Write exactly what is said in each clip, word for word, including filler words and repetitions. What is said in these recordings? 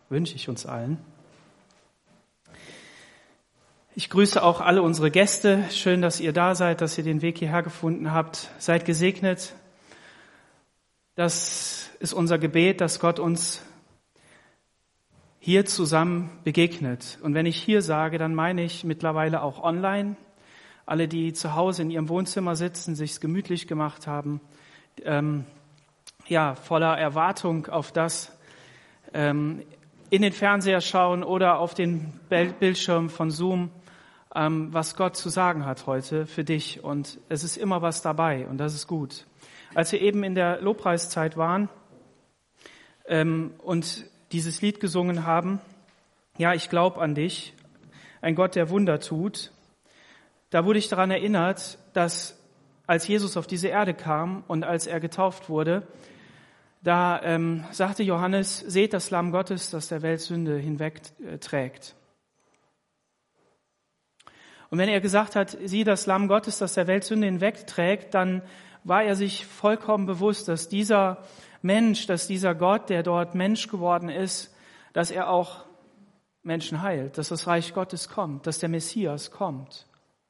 wünsche ich uns allen. Ich grüße auch alle unsere Gäste. Schön, dass ihr da seid, dass ihr den Weg hierher gefunden habt. Seid gesegnet. Das ist unser Gebet, dass Gott uns hier zusammen begegnet. Und wenn ich hier sage, dann meine ich mittlerweile auch online. Alle, die zu Hause in ihrem Wohnzimmer sitzen, sich's gemütlich gemacht haben, ähm, ja, voller Erwartung auf das, ähm, in den Fernseher schauen oder auf den Bildschirm von Zoom, ähm, was Gott zu sagen hat heute für dich. Und es ist immer was dabei und das ist gut. Als wir eben in der Lobpreiszeit waren ähm, und dieses Lied gesungen haben, ja, ich glaube an dich, ein Gott, der Wunder tut, da wurde ich daran erinnert, dass als Jesus auf diese Erde kam und als er getauft wurde, da ähm, sagte Johannes, seht das Lamm Gottes, das der Welt Sünde hinwegträgt. Und wenn er gesagt hat, sieh das Lamm Gottes, das der Welt Sünde hinwegträgt, dann war er sich vollkommen bewusst, dass dieser Mensch, dass dieser Gott, der dort Mensch geworden ist, dass er auch Menschen heilt, dass das Reich Gottes kommt, dass der Messias kommt.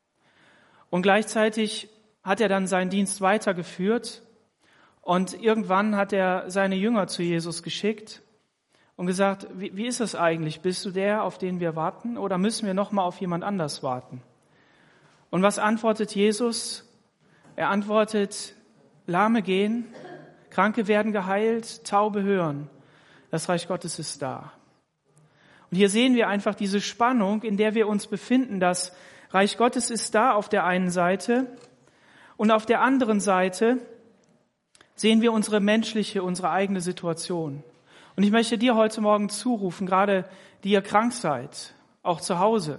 Und gleichzeitig hat er dann seinen Dienst weitergeführt und irgendwann hat er seine Jünger zu Jesus geschickt und gesagt, wie, wie ist es eigentlich? Bist du der, auf den wir warten, oder müssen wir noch mal auf jemand anders warten? Und was antwortet Jesus? Er antwortet, Lahme gehen, Kranke werden geheilt, Taube hören. Das Reich Gottes ist da. Und hier sehen wir einfach diese Spannung, in der wir uns befinden. Das Reich Gottes ist da auf der einen Seite und auf der anderen Seite sehen wir unsere menschliche, unsere eigene Situation. Und ich möchte dir heute Morgen zurufen, gerade die ihr krank seid, auch zu Hause.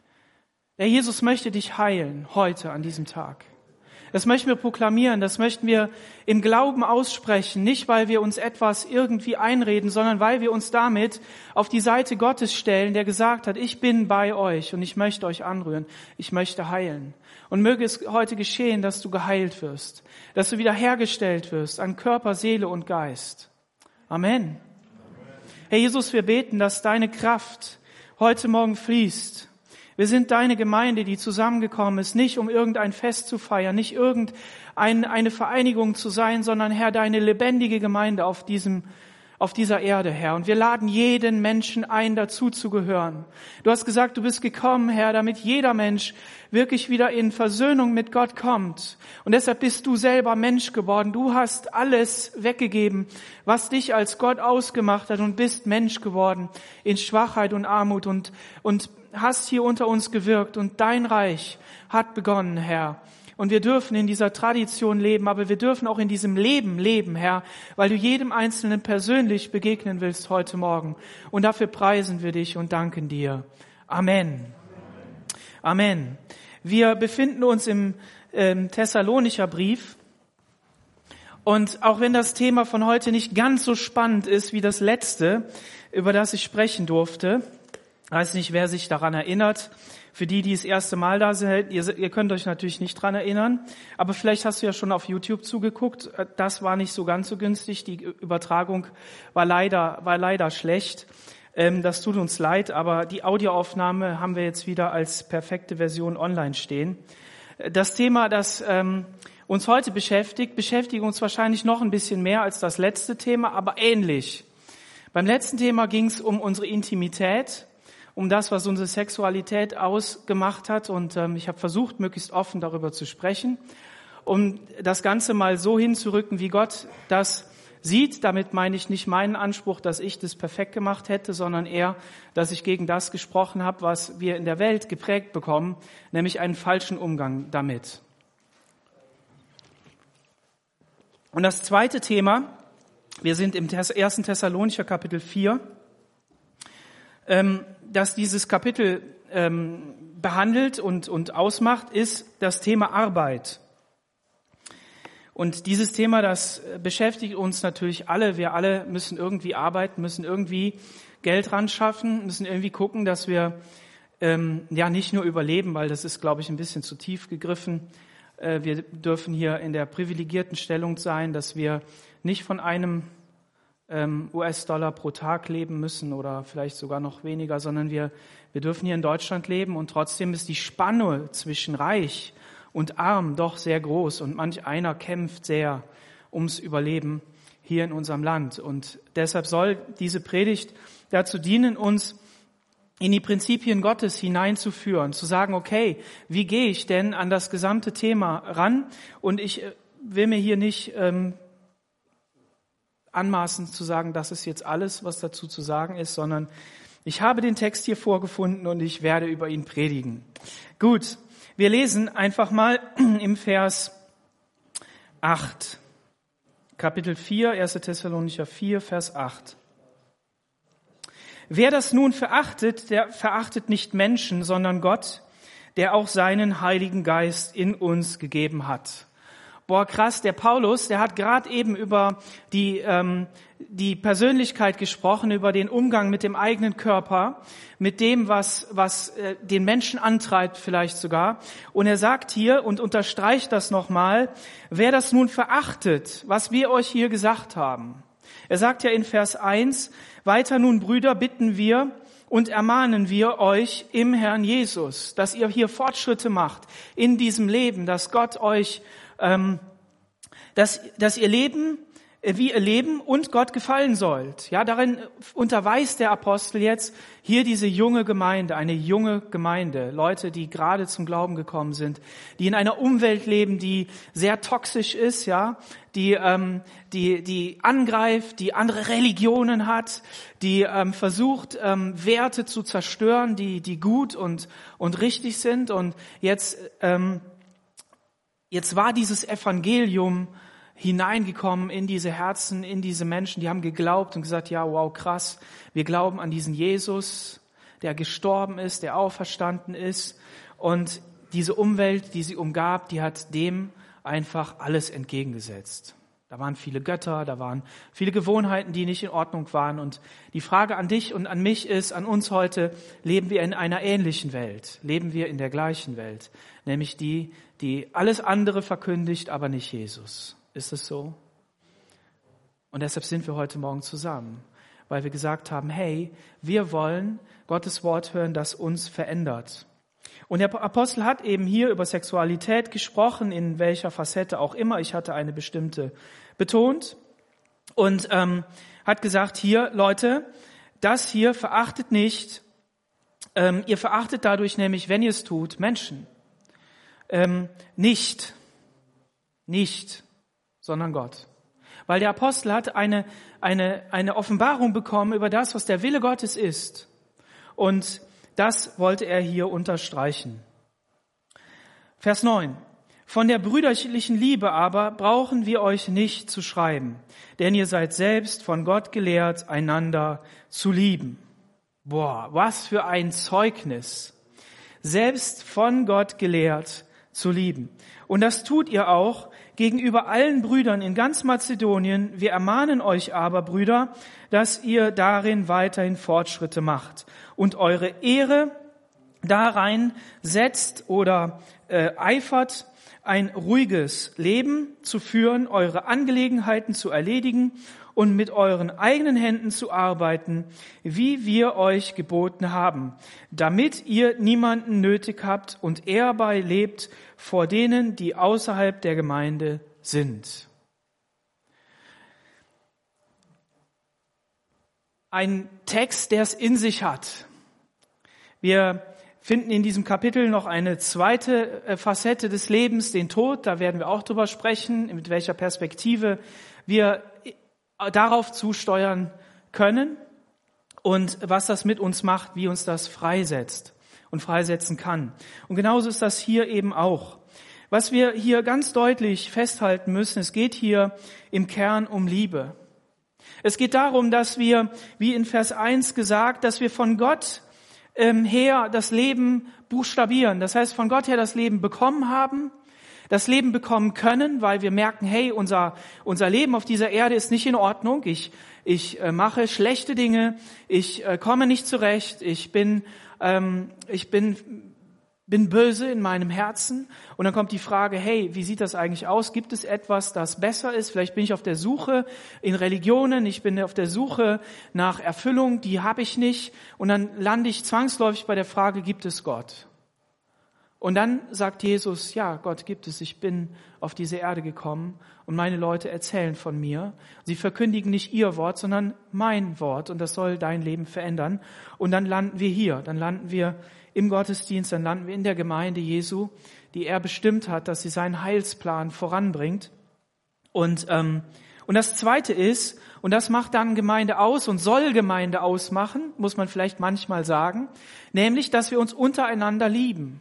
Der Jesus möchte dich heilen, heute an diesem Tag. Das möchten wir proklamieren, das möchten wir im Glauben aussprechen, nicht weil wir uns etwas irgendwie einreden, sondern weil wir uns damit auf die Seite Gottes stellen, der gesagt hat, ich bin bei euch und ich möchte euch anrühren, ich möchte heilen. Und möge es heute geschehen, dass du geheilt wirst, dass du wiederhergestellt wirst an Körper, Seele und Geist. Amen. Herr Jesus, wir beten, dass deine Kraft heute Morgen fließt. Wir sind deine Gemeinde, die zusammengekommen ist, nicht um irgendein Fest zu feiern, nicht irgendeine Vereinigung zu sein, sondern Herr, deine lebendige Gemeinde auf diesem, auf dieser Erde, Herr. Und wir laden jeden Menschen ein, dazu zu gehören. Du hast gesagt, du bist gekommen, Herr, damit jeder Mensch wirklich wieder in Versöhnung mit Gott kommt. Und deshalb bist du selber Mensch geworden. Du hast alles weggegeben, was dich als Gott ausgemacht hat und bist Mensch geworden in Schwachheit und Armut und, und hast hier unter uns gewirkt und dein Reich hat begonnen, Herr. Und wir dürfen in dieser Tradition leben, aber wir dürfen auch in diesem Leben leben, Herr, weil du jedem Einzelnen persönlich begegnen willst heute Morgen. Und dafür preisen wir dich und danken dir. Amen. Amen. Wir befinden uns im ähm, Thessalonicher Brief. Und auch wenn das Thema von heute nicht ganz so spannend ist wie das letzte, über das ich sprechen durfte, ich weiß nicht, wer sich daran erinnert. Für die, die das erste Mal da sind, ihr, ihr könnt euch natürlich nicht dran erinnern. Aber vielleicht hast du ja schon auf YouTube zugeguckt. Das war nicht so ganz so günstig. Die Übertragung war leider, war leider schlecht. Das tut uns leid, aber die Audioaufnahme haben wir jetzt wieder als perfekte Version online stehen. Das Thema, das ähm, uns heute beschäftigt, beschäftigt uns wahrscheinlich noch ein bisschen mehr als das letzte Thema, aber ähnlich. Beim letzten Thema ging es um unsere Intimität, um das, was unsere Sexualität ausgemacht hat. Und ähm, ich habe versucht, möglichst offen darüber zu sprechen, um das Ganze mal so hinzurücken, wie Gott das sieht. Damit meine ich nicht meinen Anspruch, dass ich das perfekt gemacht hätte, sondern eher, dass ich gegen das gesprochen habe, was wir in der Welt geprägt bekommen, nämlich einen falschen Umgang damit. Und das zweite Thema, wir sind im ersten Thessalonicher Kapitel vier, ähm, dass dieses Kapitel ähm, behandelt und, und ausmacht, ist das Thema Arbeit. Und dieses Thema, das beschäftigt uns natürlich alle. Wir alle müssen irgendwie arbeiten, müssen irgendwie Geld ran schaffen, müssen irgendwie gucken, dass wir ähm, ja nicht nur überleben, weil das ist, glaube ich, ein bisschen zu tief gegriffen. Äh, wir dürfen hier in der privilegierten Stellung sein, dass wir nicht von einem ähm, U S-Dollar pro Tag leben müssen oder vielleicht sogar noch weniger, sondern wir, wir dürfen hier in Deutschland leben und trotzdem ist die Spanne zwischen reich und arm doch sehr groß und manch einer kämpft sehr ums Überleben hier in unserem Land. Und deshalb soll diese Predigt dazu dienen, uns in die Prinzipien Gottes hineinzuführen, zu sagen, okay, wie gehe ich denn an das gesamte Thema ran? Und ich will mir hier nicht ähm, anmaßen zu sagen, das ist jetzt alles, was dazu zu sagen ist, sondern ich habe den Text hier vorgefunden und ich werde über ihn predigen. Gut, wir lesen einfach mal im Vers acht, Kapitel vier, erster Thessalonicher vier, Vers acht. Wer das nun verachtet, der verachtet nicht Menschen, sondern Gott, der auch seinen Heiligen Geist in uns gegeben hat. Boah, krass, der Paulus, der hat gerade eben über die ähm, die Persönlichkeit gesprochen, über den Umgang mit dem eigenen Körper, mit dem, was was äh, den Menschen antreibt vielleicht sogar. Und er sagt hier und unterstreicht das nochmal, wer das nun verachtet, was wir euch hier gesagt haben. Er sagt ja in Vers eins, weiter nun, Brüder, bitten wir und ermahnen wir euch im Herrn Jesus, dass ihr hier Fortschritte macht in diesem Leben, dass Gott euch, ähm, dass, dass ihr leben, wie ihr leben und Gott gefallen sollt. Ja, darin unterweist der Apostel jetzt hier diese junge Gemeinde, eine junge Gemeinde, Leute, die gerade zum Glauben gekommen sind, die in einer Umwelt leben, die sehr toxisch ist, ja, die ähm, die die angreift, die andere Religionen hat, die ähm, versucht ähm, Werte zu zerstören, die die gut und und richtig sind. Und jetzt ähm, jetzt war dieses Evangelium hineingekommen in diese Herzen, in diese Menschen, die haben geglaubt und gesagt, ja, wow, krass, wir glauben an diesen Jesus, der gestorben ist, der auferstanden ist. Und diese Umwelt, die sie umgab, die hat dem einfach alles entgegengesetzt. Da waren viele Götter, da waren viele Gewohnheiten, die nicht in Ordnung waren. Und die Frage an dich und an mich ist, an uns heute, leben wir in einer ähnlichen Welt? Leben wir in der gleichen Welt? Nämlich die, die alles andere verkündigt, aber nicht Jesus. Ist es so? Und deshalb sind wir heute Morgen zusammen, weil wir gesagt haben, hey, wir wollen Gottes Wort hören, das uns verändert. Und der Apostel hat eben hier über Sexualität gesprochen, in welcher Facette auch immer. Ich hatte eine bestimmte betont und ähm, hat gesagt, hier, Leute, das hier verachtet nicht, ähm, ihr verachtet dadurch nämlich, wenn ihr es tut, Menschen. Ähm, nicht, nicht. sondern Gott. Weil der Apostel hat eine, eine, eine Offenbarung bekommen über das, was der Wille Gottes ist. Und das wollte er hier unterstreichen. Vers neun. Von der brüderlichen Liebe aber brauchen wir euch nicht zu schreiben, denn ihr seid selbst von Gott gelehrt, einander zu lieben. Boah, was für ein Zeugnis. Selbst von Gott gelehrt zu lieben. Und das tut ihr auch gegenüber allen Brüdern in ganz Mazedonien. Wir ermahnen euch aber, Brüder, dass ihr darin weiterhin Fortschritte macht und eure Ehre darein setzt oder äh, eifert, ein ruhiges Leben zu führen, eure Angelegenheiten zu erledigen und mit euren eigenen Händen zu arbeiten, wie wir euch geboten haben, damit ihr niemanden nötig habt und ehrbar lebt vor denen, die außerhalb der Gemeinde sind. Ein Text, der es in sich hat. Wir finden in diesem Kapitel noch eine zweite Facette des Lebens, den Tod. Da werden wir auch drüber sprechen, mit welcher Perspektive wir darauf zusteuern können und was das mit uns macht, wie uns das freisetzt und freisetzen kann. Und genauso ist das hier eben auch. Was wir hier ganz deutlich festhalten müssen, es geht hier im Kern um Liebe. Es geht darum, dass wir, wie in Vers eins gesagt, dass wir von Gott ähm, her das Leben buchstabieren. Das heißt, von Gott her das Leben bekommen haben, das Leben bekommen können, weil wir merken, hey, unser unser Leben auf dieser Erde ist nicht in Ordnung. Ich ich äh, mache schlechte Dinge, ich äh, komme nicht zurecht, ich bin ähm, ich bin bin böse in meinem Herzen. Und dann kommt die Frage, hey, wie sieht das eigentlich aus? Gibt es etwas, das besser ist? Vielleicht bin ich auf der Suche in Religionen, ich bin auf der Suche nach Erfüllung, die habe ich nicht. Und dann lande ich zwangsläufig bei der Frage, gibt es Gott? Und dann sagt Jesus, ja, Gott gibt es. Ich bin auf diese Erde gekommen und meine Leute erzählen von mir. Sie verkündigen nicht ihr Wort, sondern mein Wort und das soll dein Leben verändern. Und dann landen wir hier, dann landen wir im Gottesdienst, dann landen wir in der Gemeinde Jesu, die er bestimmt hat, dass sie seinen Heilsplan voranbringt. Und, ähm, und das Zweite ist, und das macht dann Gemeinde aus und soll Gemeinde ausmachen, muss man vielleicht manchmal sagen, nämlich, dass wir uns untereinander lieben.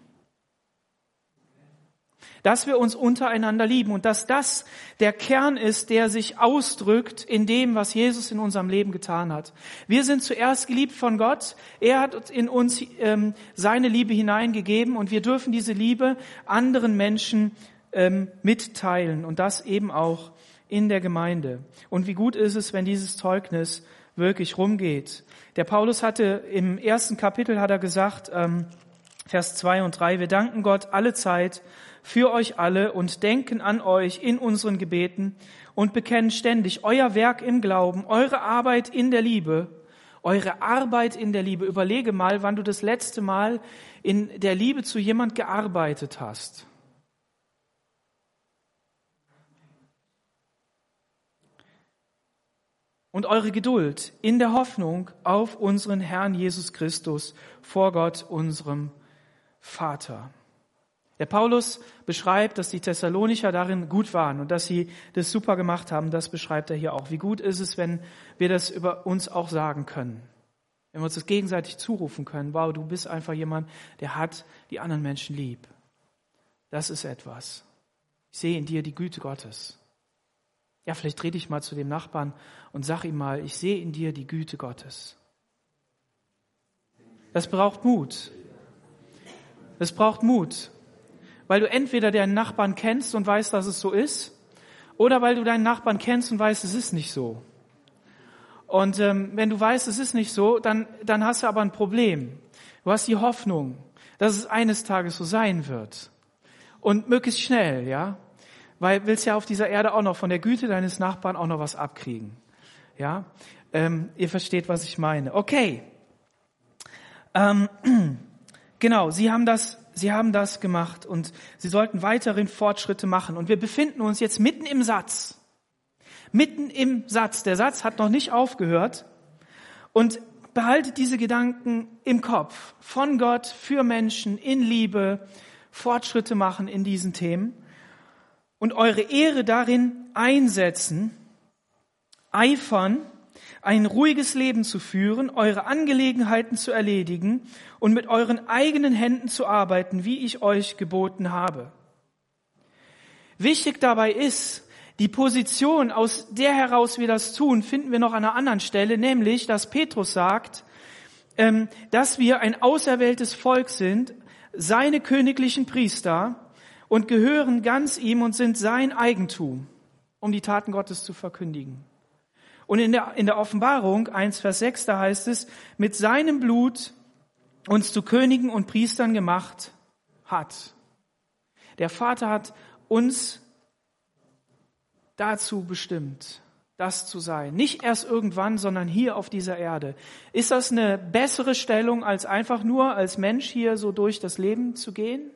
Dass wir uns untereinander lieben und dass das der Kern ist, der sich ausdrückt in dem, was Jesus in unserem Leben getan hat. Wir sind zuerst geliebt von Gott. Er hat in uns ähm, seine Liebe hineingegeben und wir dürfen diese Liebe anderen Menschen ähm, mitteilen und das eben auch in der Gemeinde. Und wie gut ist es, wenn dieses Zeugnis wirklich rumgeht. Der Paulus hatte im ersten Kapitel, hat er gesagt, ähm, Vers zwei und drei, wir danken Gott alle Zeit für euch alle und denken an euch in unseren Gebeten und bekennen ständig euer Werk im Glauben, eure Arbeit in der Liebe, eure Arbeit in der Liebe. Überlege mal, wann du das letzte Mal in der Liebe zu jemand gearbeitet hast. Und eure Geduld in der Hoffnung auf unseren Herrn Jesus Christus vor Gott, unserem Vater. Der Paulus beschreibt, dass die Thessalonicher darin gut waren und dass sie das super gemacht haben. Das beschreibt er hier auch. Wie gut ist es, wenn wir das über uns auch sagen können. Wenn wir uns das gegenseitig zurufen können. Wow, du bist einfach jemand, der hat die anderen Menschen lieb. Das ist etwas. Ich sehe in dir die Güte Gottes. Ja, vielleicht dreh dich mal zu dem Nachbarn und sag ihm mal, ich sehe in dir die Güte Gottes. Das braucht Mut. Das braucht Mut. Weil du entweder deinen Nachbarn kennst und weißt, dass es so ist, oder weil du deinen Nachbarn kennst und weißt, es ist nicht so. Und ähm, wenn du weißt, es ist nicht so, dann, dann hast du aber ein Problem. Du hast die Hoffnung, dass es eines Tages so sein wird. Und möglichst schnell, ja. Weil du willst ja auf dieser Erde auch noch von der Güte deines Nachbarn auch noch was abkriegen. Ja, ähm, ihr versteht, was ich meine. Okay. Ähm, genau, sie haben das Sie haben das gemacht und sie sollten weiterhin Fortschritte machen. Und wir befinden uns jetzt mitten im Satz. Mitten im Satz. Der Satz hat noch nicht aufgehört. Und behaltet diese Gedanken im Kopf. Von Gott, für Menschen, in Liebe, Fortschritte machen in diesen Themen. Und eure Ehre darin einsetzen, eifern, ein ruhiges Leben zu führen, eure Angelegenheiten zu erledigen und mit euren eigenen Händen zu arbeiten, wie ich euch geboten habe. Wichtig dabei ist, die Position, aus der heraus wir das tun, finden wir noch an einer anderen Stelle, nämlich, dass Petrus sagt, dass wir ein auserwähltes Volk sind, seine königlichen Priester und gehören ganz ihm und sind sein Eigentum, um die Taten Gottes zu verkündigen. Und in der, in der Offenbarung eins Vers sechs, da heißt es, mit seinem Blut uns zu Königen und Priestern gemacht hat. Der Vater hat uns dazu bestimmt, das zu sein. Nicht erst irgendwann, sondern hier auf dieser Erde. Ist das eine bessere Stellung, als einfach nur als Mensch hier so durch das Leben zu gehen?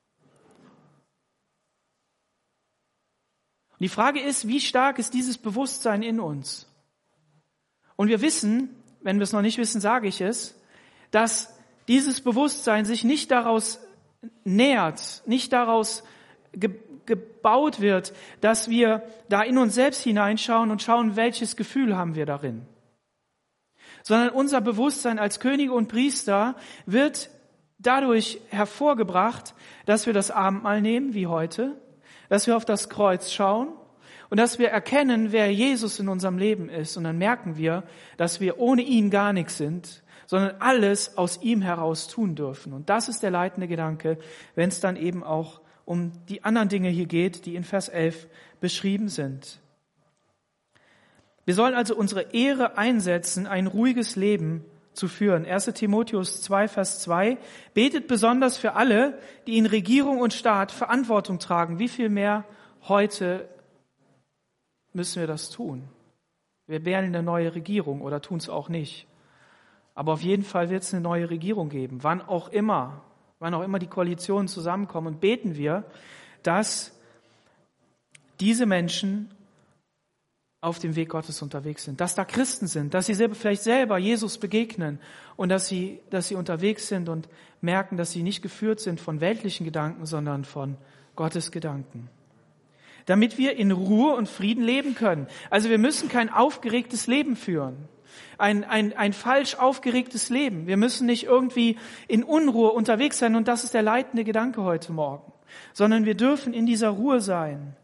Und die Frage ist, wie stark ist dieses Bewusstsein in uns? Und wir wissen, wenn wir es noch nicht wissen, sage ich es, dass dieses Bewusstsein sich nicht daraus nährt, nicht daraus ge- gebaut wird, dass wir da in uns selbst hineinschauen und schauen, welches Gefühl haben wir darin. Sondern unser Bewusstsein als Könige und Priester wird dadurch hervorgebracht, dass wir das Abendmahl nehmen, wie heute, dass wir auf das Kreuz schauen, und dass wir erkennen, wer Jesus in unserem Leben ist. Und dann merken wir, dass wir ohne ihn gar nichts sind, sondern alles aus ihm heraus tun dürfen. Und das ist der leitende Gedanke, wenn es dann eben auch um die anderen Dinge hier geht, die in Vers elf beschrieben sind. Wir sollen also unsere Ehre einsetzen, ein ruhiges Leben zu führen. erster Timotheus zwei, Vers zwei. Betet besonders für alle, die in Regierung und Staat Verantwortung tragen. Wie viel mehr heute müssen wir das tun? Wir wählen eine neue Regierung oder tun es auch nicht. Aber auf jeden Fall wird es eine neue Regierung geben. Wann auch immer, wann auch immer die Koalitionen zusammenkommen. Und beten wir, dass diese Menschen auf dem Weg Gottes unterwegs sind, dass da Christen sind, dass sie selber, vielleicht selber Jesus begegnen und dass sie, dass sie unterwegs sind und merken, dass sie nicht geführt sind von weltlichen Gedanken, sondern von Gottes Gedanken. Damit wir in Ruhe und Frieden leben können. Also wir müssen kein aufgeregtes Leben führen, ein, ein, ein falsch aufgeregtes Leben. Wir müssen nicht irgendwie in Unruhe unterwegs sein und das ist der leitende Gedanke heute Morgen, sondern wir dürfen in dieser Ruhe sein.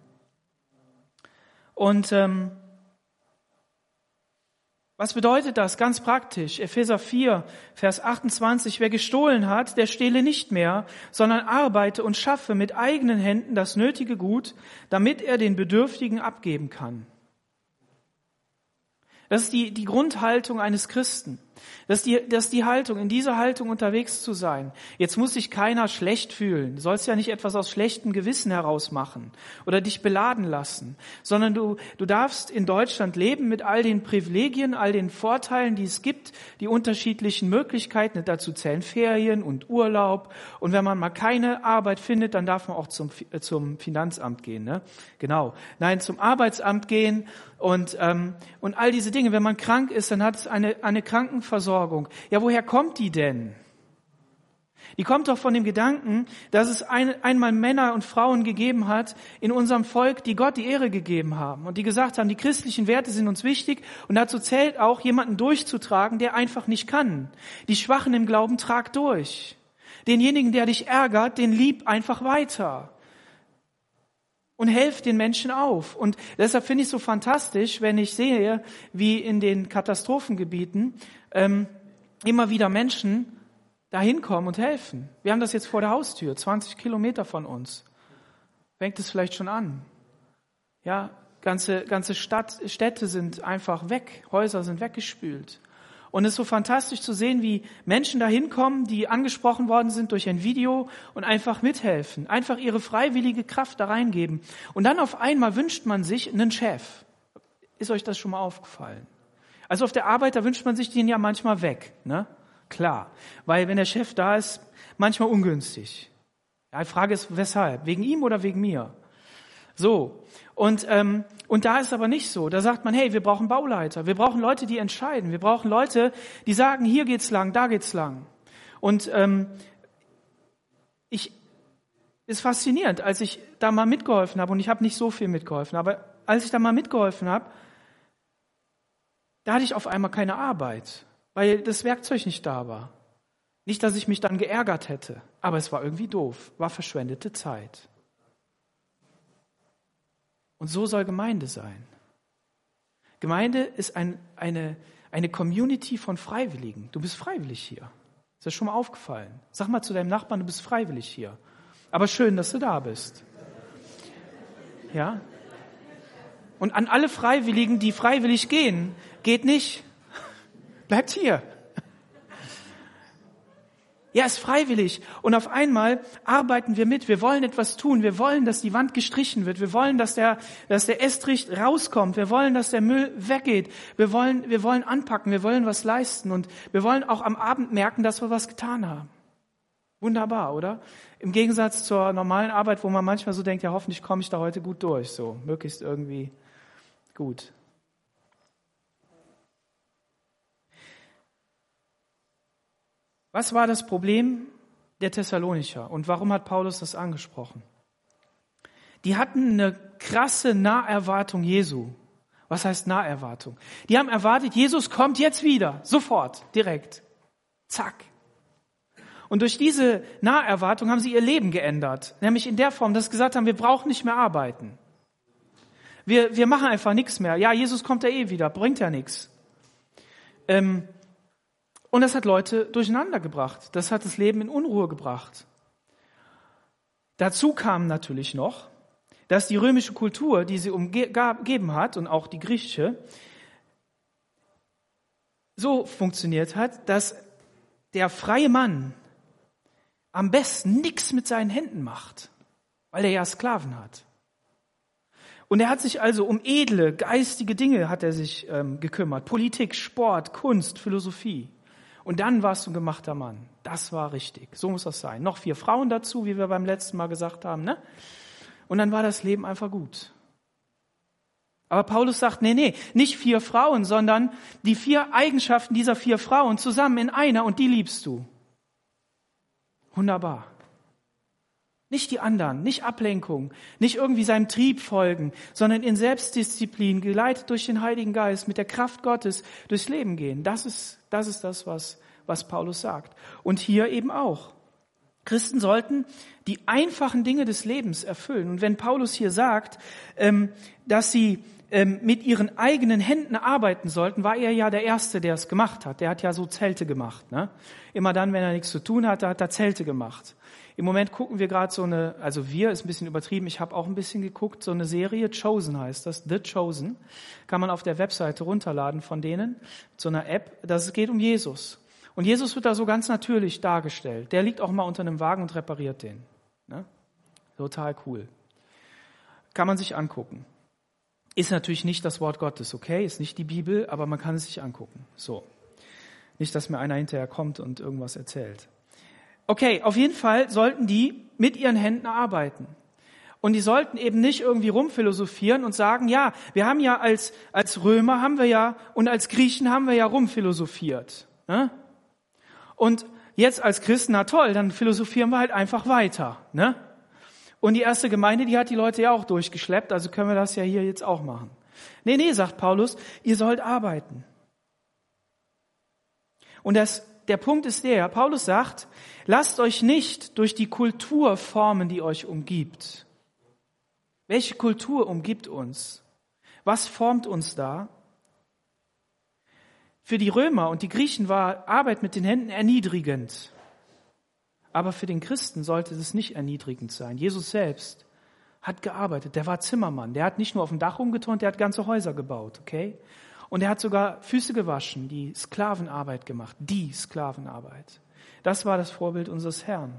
Und ähm, was bedeutet das ganz praktisch? Epheser vier, Vers achtundzwanzig. Wer gestohlen hat, der stehle nicht mehr, sondern arbeite und schaffe mit eigenen Händen das nötige Gut, damit er den Bedürftigen abgeben kann. Das ist die, die Grundhaltung eines Christen. Das ist, die, das ist die Haltung, in dieser Haltung unterwegs zu sein. Jetzt muss sich keiner schlecht fühlen. Du sollst ja nicht etwas aus schlechtem Gewissen heraus machen oder dich beladen lassen, sondern du, du darfst in Deutschland leben mit all den Privilegien, all den Vorteilen, die es gibt, die unterschiedlichen Möglichkeiten. Dazu zählen Ferien und Urlaub. Und wenn man mal keine Arbeit findet, dann darf man auch zum, zum Finanzamt gehen. Ne? Genau. Nein, zum Arbeitsamt gehen. Und, ähm, und all diese Dinge, wenn man krank ist, dann hat es eine, eine Krankenversorgung. Ja, woher kommt die denn? Die kommt doch von dem Gedanken, dass es ein, einmal Männer und Frauen gegeben hat in unserem Volk, die Gott die Ehre gegeben haben und die gesagt haben, die christlichen Werte sind uns wichtig und dazu zählt auch, jemanden durchzutragen, der einfach nicht kann. Die Schwachen im Glauben trag durch. Denjenigen, der dich ärgert, den lieb einfach weiter. Und helft den Menschen auf. Und deshalb finde ich es so fantastisch, wenn ich sehe, wie in den Katastrophengebieten ähm, immer wieder Menschen dahin kommen und helfen. Wir haben das jetzt vor der Haustür, zwanzig Kilometer von uns. Fängt es vielleicht schon an. Ja, ganze ganze Stadt, Städte sind einfach weg, Häuser sind weggespült. Und es ist so fantastisch zu sehen, wie Menschen da hinkommen, die angesprochen worden sind durch ein Video und einfach mithelfen, einfach ihre freiwillige Kraft da reingeben. Und dann auf einmal wünscht man sich einen Chef. Ist euch das schon mal aufgefallen? Also auf der Arbeit, da wünscht man sich den ja manchmal weg, ne? Klar, weil wenn der Chef da ist, manchmal ungünstig. Ja, die Frage ist, weshalb? Wegen ihm oder wegen mir? So, und ähm, und da ist aber nicht so. Da sagt man, hey, wir brauchen Bauleiter, wir brauchen Leute, die entscheiden, wir brauchen Leute, die sagen, hier geht's lang, da geht's lang. Und ähm, ich ist faszinierend, als ich da mal mitgeholfen habe, und ich habe nicht so viel mitgeholfen, aber als ich da mal mitgeholfen habe, da hatte ich auf einmal keine Arbeit, weil das Werkzeug nicht da war. Nicht, dass ich mich dann geärgert hätte, aber es war irgendwie doof, war verschwendete Zeit. Und so soll Gemeinde sein. Gemeinde ist ein, eine, eine Community von Freiwilligen. Du bist freiwillig hier. Ist das schon mal aufgefallen? Sag mal zu deinem Nachbarn, du bist freiwillig hier. Aber schön, dass du da bist. Ja? Und an alle Freiwilligen, die freiwillig gehen, geht nicht. Bleibt hier. Ja, ist freiwillig. Und auf einmal arbeiten wir mit. Wir wollen etwas tun. Wir wollen, dass die Wand gestrichen wird. Wir wollen, dass der, dass der Estrich rauskommt. Wir wollen, dass der Müll weggeht. Wir wollen, wir wollen anpacken. Wir wollen was leisten. Und wir wollen auch am Abend merken, dass wir was getan haben. Wunderbar, oder? Im Gegensatz zur normalen Arbeit, wo man manchmal so denkt, ja, hoffentlich komme ich da heute gut durch. So, möglichst irgendwie gut. Was war das Problem der Thessalonicher und warum hat Paulus das angesprochen? Die hatten eine krasse Naherwartung Jesu. Was heißt Naherwartung? Die haben erwartet, Jesus kommt jetzt wieder, sofort, direkt. Zack. Und durch diese Naherwartung haben sie ihr Leben geändert. Nämlich in der Form, dass sie gesagt haben, wir brauchen nicht mehr arbeiten. Wir, wir machen einfach nichts mehr. Ja, Jesus kommt ja eh wieder, bringt ja nichts. Ähm, Und das hat Leute durcheinander gebracht. Das hat das Leben in Unruhe gebracht. Dazu kam natürlich noch, dass die römische Kultur, die sie umgeben hat, und auch die griechische, so funktioniert hat, dass der freie Mann am besten nichts mit seinen Händen macht, weil er ja Sklaven hat. Und er hat sich also um edle, geistige Dinge hat er sich ähm, gekümmert. Politik, Sport, Kunst, Philosophie. Und dann warst du ein gemachter Mann. Das war richtig. So muss das sein. Noch vier Frauen dazu, wie wir beim letzten Mal gesagt haben, ne? Und dann war das Leben einfach gut. Aber Paulus sagt, nee, nee, nicht vier Frauen, sondern die vier Eigenschaften dieser vier Frauen zusammen in einer und die liebst du. Wunderbar. Nicht die anderen, nicht Ablenkung, nicht irgendwie seinem Trieb folgen, sondern in Selbstdisziplin, geleitet durch den Heiligen Geist, mit der Kraft Gottes durchs Leben gehen. Das ist, das ist das, was, was Paulus sagt. Und hier eben auch. Christen sollten die einfachen Dinge des Lebens erfüllen. Und wenn Paulus hier sagt, dass sie mit ihren eigenen Händen arbeiten sollten, war er ja der Erste, der es gemacht hat. Der hat ja so Zelte gemacht. Ne? Immer dann, wenn er nichts zu tun hatte, hat er Zelte gemacht. Im Moment gucken wir gerade so eine, also wir, ist ein bisschen übertrieben, ich habe auch ein bisschen geguckt, so eine Serie, Chosen heißt das, The Chosen, kann man auf der Webseite runterladen von denen, mit so einer App, das geht um Jesus. Und Jesus wird da so ganz natürlich dargestellt. Der liegt auch mal unter einem Wagen und repariert den. Ne? Total cool. Kann man sich angucken. Ist natürlich nicht das Wort Gottes, okay? Ist nicht die Bibel, aber man kann es sich angucken. So. Nicht, dass mir einer hinterher kommt und irgendwas erzählt. Okay, auf jeden Fall sollten die mit ihren Händen arbeiten. Und die sollten eben nicht irgendwie rumphilosophieren und sagen, ja, wir haben ja als, als Römer haben wir ja und als Griechen haben wir ja rumphilosophiert. Ne? Und jetzt als Christen, na toll, dann philosophieren wir halt einfach weiter. Ne? Und die erste Gemeinde, die hat die Leute ja auch durchgeschleppt, also können wir das ja hier jetzt auch machen. Nee, nee, sagt Paulus, ihr sollt arbeiten. Und das Der Punkt ist der, Paulus sagt, lasst euch nicht durch die Kultur formen, die euch umgibt. Welche Kultur umgibt uns? Was formt uns da? Für die Römer und die Griechen war Arbeit mit den Händen erniedrigend. Aber für den Christen sollte es nicht erniedrigend sein. Jesus selbst hat gearbeitet, der war Zimmermann. Der hat nicht nur auf dem Dach rumgeturnt, der hat ganze Häuser gebaut, okay? Und er hat sogar Füße gewaschen, die Sklavenarbeit gemacht, die Sklavenarbeit. Das war das Vorbild unseres Herrn.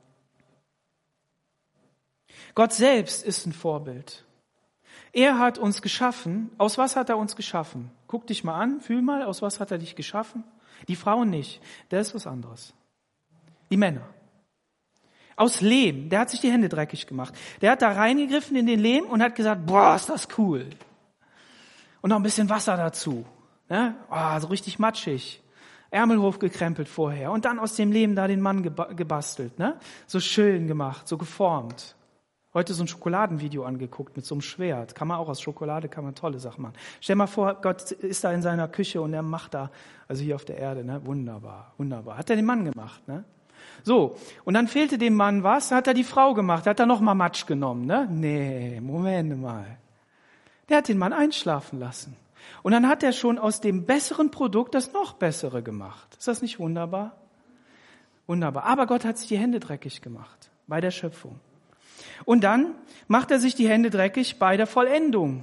Gott selbst ist ein Vorbild. Er hat uns geschaffen. Aus was hat er uns geschaffen? Guck dich mal an, fühl mal, aus was hat er dich geschaffen? Die Frauen nicht, das ist was anderes. Die Männer. Aus Lehm, der hat sich die Hände dreckig gemacht. Der hat da reingegriffen in den Lehm und hat gesagt, boah, ist das cool. Und noch ein bisschen Wasser dazu. Ne? Oh, so richtig matschig. Ärmel hochgekrempelt vorher. Und dann aus dem Lehm da den Mann gebastelt. Ne? So schön gemacht, so geformt. Heute so ein Schokoladenvideo angeguckt mit so einem Schwert. Kann man auch aus Schokolade, kann man tolle Sachen machen. Stell mal vor, Gott ist da in seiner Küche und er macht da, also hier auf der Erde, ne? Wunderbar, wunderbar. Hat er den Mann gemacht, ne? So, und dann fehlte dem Mann was, hat er die Frau gemacht, hat er noch mal Matsch genommen, ne? Nee, Moment mal. Der hat den Mann einschlafen lassen. Und dann hat er schon aus dem besseren Produkt das noch bessere gemacht. Ist das nicht wunderbar? Wunderbar. Aber Gott hat sich die Hände dreckig gemacht bei der Schöpfung. Und dann macht er sich die Hände dreckig bei der Vollendung.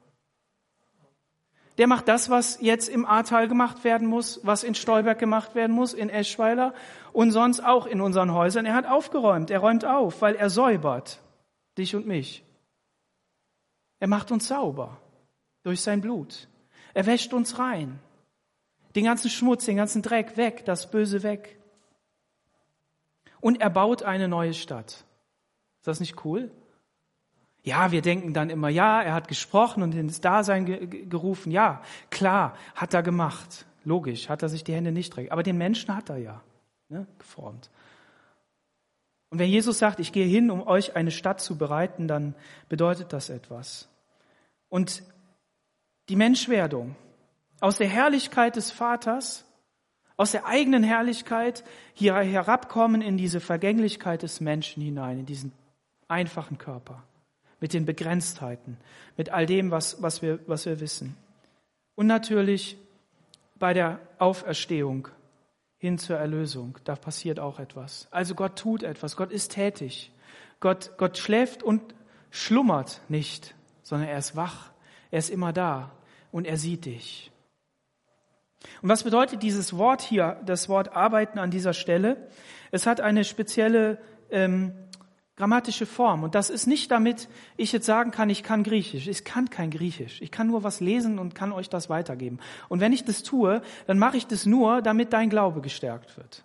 Der macht das, was jetzt im Ahrtal gemacht werden muss, was in Stolberg gemacht werden muss, in Eschweiler und sonst auch in unseren Häusern. Er hat aufgeräumt, er räumt auf, weil er säubert dich und mich. Er macht uns sauber durch sein Blut. Er wäscht uns rein. Den ganzen Schmutz, den ganzen Dreck weg, das Böse weg. Und er baut eine neue Stadt. Ist das nicht cool? Ja, wir denken dann immer, ja, er hat gesprochen und ins Dasein ge- gerufen. Ja, klar, hat er gemacht. Logisch, hat er sich die Hände nicht dreckig. Aber den Menschen hat er ja, ne, geformt. Und wenn Jesus sagt, ich gehe hin, um euch eine Stadt zu bereiten, dann bedeutet das etwas. Und die Menschwerdung aus der Herrlichkeit des Vaters, aus der eigenen Herrlichkeit hier herabkommen in diese Vergänglichkeit des Menschen hinein, in diesen einfachen Körper, mit den Begrenztheiten, mit all dem, was, was wir, was wir wissen. Und natürlich bei der Auferstehung hin zur Erlösung, da passiert auch etwas. Also Gott tut etwas, Gott ist tätig. Gott, Gott schläft und schlummert nicht, sondern er ist wach, er ist immer da und er sieht dich. Und was bedeutet dieses Wort hier, das Wort arbeiten an dieser Stelle? Es hat eine spezielle ähm, grammatische Form. Und das ist nicht damit, ich jetzt sagen kann, ich kann Griechisch. Ich kann kein Griechisch. Ich kann nur was lesen und kann euch das weitergeben. Und wenn ich das tue, dann mache ich das nur, damit dein Glaube gestärkt wird.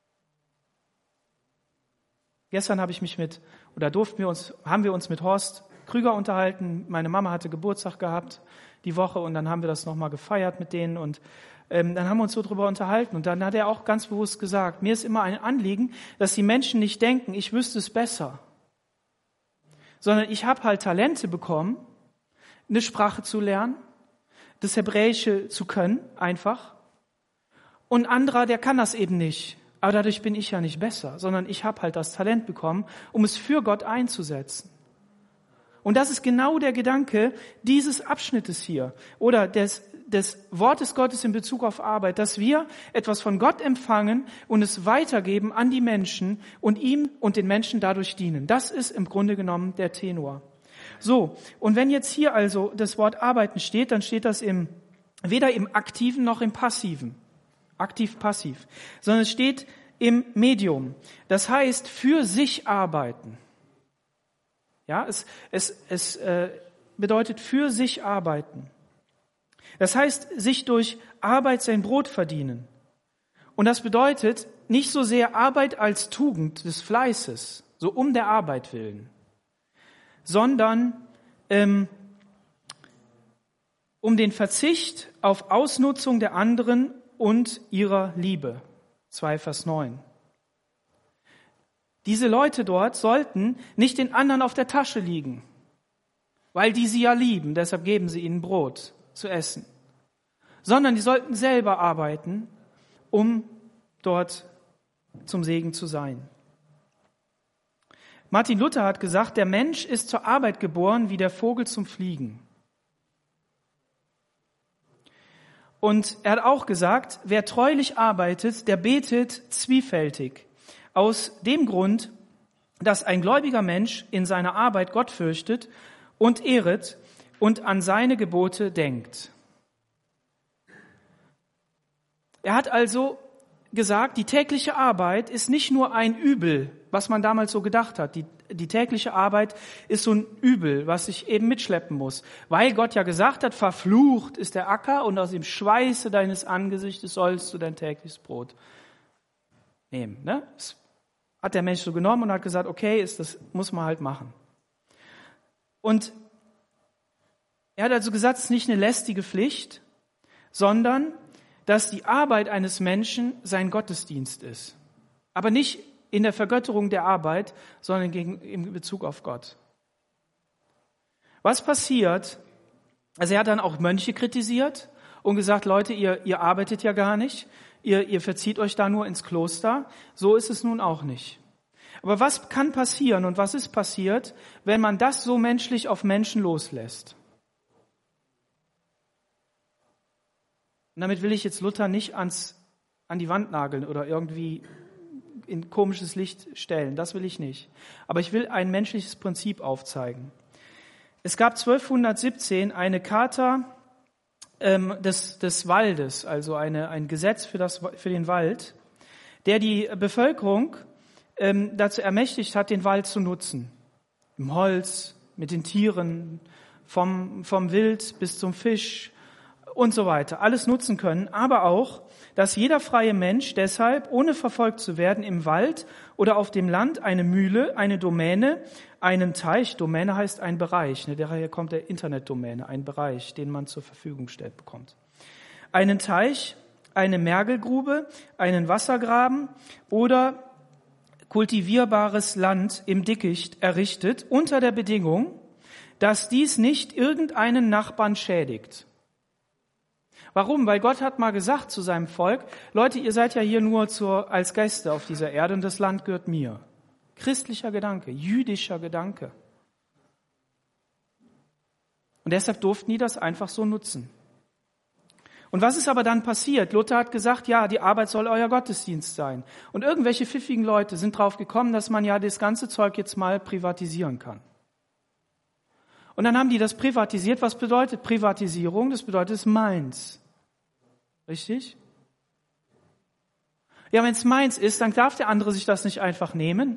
Gestern habe ich mich mit, oder durften wir uns, haben wir uns mit Horst Krüger unterhalten. Meine Mama hatte Geburtstag gehabt die Woche und dann haben wir das nochmal gefeiert mit denen und ähm, dann haben wir uns so drüber unterhalten und dann hat er auch ganz bewusst gesagt, mir ist immer ein Anliegen, dass die Menschen nicht denken, ich wüsste es besser, sondern ich habe halt Talente bekommen, eine Sprache zu lernen, das Hebräische zu können, einfach. Und ein anderer, der kann das eben nicht. Aber dadurch bin ich ja nicht besser, sondern ich habe halt das Talent bekommen, um es für Gott einzusetzen. Und das ist genau der Gedanke dieses Abschnittes hier oder des, des Wortes Gottes in Bezug auf Arbeit, dass wir etwas von Gott empfangen und es weitergeben an die Menschen und ihm und den Menschen dadurch dienen. Das ist im Grunde genommen der Tenor. So, und wenn jetzt hier also das Wort arbeiten steht, dann steht das im, weder im Aktiven noch im Passiven. Aktiv-passiv, sondern es steht im Medium. Das heißt, für sich arbeiten. Ja, es, es, es äh, bedeutet für sich arbeiten. Das heißt, sich durch Arbeit sein Brot verdienen. Und das bedeutet nicht so sehr Arbeit als Tugend des Fleißes, so um der Arbeit willen, sondern ähm, um den Verzicht auf Ausnutzung der anderen und ihrer Liebe. zwei Vers neun. Diese Leute dort sollten nicht den anderen auf der Tasche liegen, weil die sie ja lieben, deshalb geben sie ihnen Brot zu essen, sondern die sollten selber arbeiten, um dort zum Segen zu sein. Martin Luther hat gesagt, der Mensch ist zur Arbeit geboren wie der Vogel zum Fliegen. Und er hat auch gesagt, wer treulich arbeitet, der betet zwiefältig. Aus dem Grund, dass ein gläubiger Mensch in seiner Arbeit Gott fürchtet und ehret und an seine Gebote denkt. Er hat also gesagt, die tägliche Arbeit ist nicht nur ein Übel, was man damals so gedacht hat. Die, die tägliche Arbeit ist so ein Übel, was ich eben mitschleppen muss. Weil Gott ja gesagt hat, verflucht ist der Acker und aus dem Schweiße deines Angesichtes sollst du dein tägliches Brot nehmen. Ne? Das hat der Mensch so genommen und hat gesagt, okay, ist das muss man halt machen. Und er hat also gesagt, es ist nicht eine lästige Pflicht, sondern dass die Arbeit eines Menschen sein Gottesdienst ist. Aber nicht in der Vergötterung der Arbeit, sondern gegen, in Bezug auf Gott. Was passiert? Also er hat dann auch Mönche kritisiert und gesagt, Leute, ihr, ihr arbeitet ja gar nicht, ihr, ihr verzieht euch da nur ins Kloster. So ist es nun auch nicht. Aber was kann passieren und was ist passiert, wenn man das so menschlich auf Menschen loslässt? Und damit will ich jetzt Luther nicht ans, an die Wand nageln oder irgendwie in komisches Licht stellen. Das will ich nicht. Aber ich will ein menschliches Prinzip aufzeigen. Es gab zwölfhundertsiebzehn eine Charta ähm, des, des Waldes, also eine, ein Gesetz für, das, für den Wald, der die Bevölkerung ähm, dazu ermächtigt hat, den Wald zu nutzen. Im Holz, mit den Tieren, vom, vom Wild bis zum Fisch und so weiter, alles nutzen können, aber auch, dass jeder freie Mensch deshalb, ohne verfolgt zu werden, im Wald oder auf dem Land eine Mühle, eine Domäne, einen Teich, Domäne heißt ein Bereich, ne, daher kommt der Internetdomäne, ein Bereich, den man zur Verfügung stellt bekommt, einen Teich, eine Mergelgrube, einen Wassergraben oder kultivierbares Land im Dickicht errichtet, unter der Bedingung, dass dies nicht irgendeinen Nachbarn schädigt. Warum? Weil Gott hat mal gesagt zu seinem Volk, Leute, ihr seid ja hier nur zur, als Gäste auf dieser Erde und das Land gehört mir. Christlicher Gedanke, jüdischer Gedanke. Und deshalb durften die das einfach so nutzen. Und was ist aber dann passiert? Luther hat gesagt, ja, die Arbeit soll euer Gottesdienst sein. Und irgendwelche pfiffigen Leute sind drauf gekommen, dass man ja das ganze Zeug jetzt mal privatisieren kann. Und dann haben die das privatisiert. Was bedeutet Privatisierung? Das bedeutet, es ist meins. Richtig? Ja, wenn es meins ist, dann darf der andere sich das nicht einfach nehmen.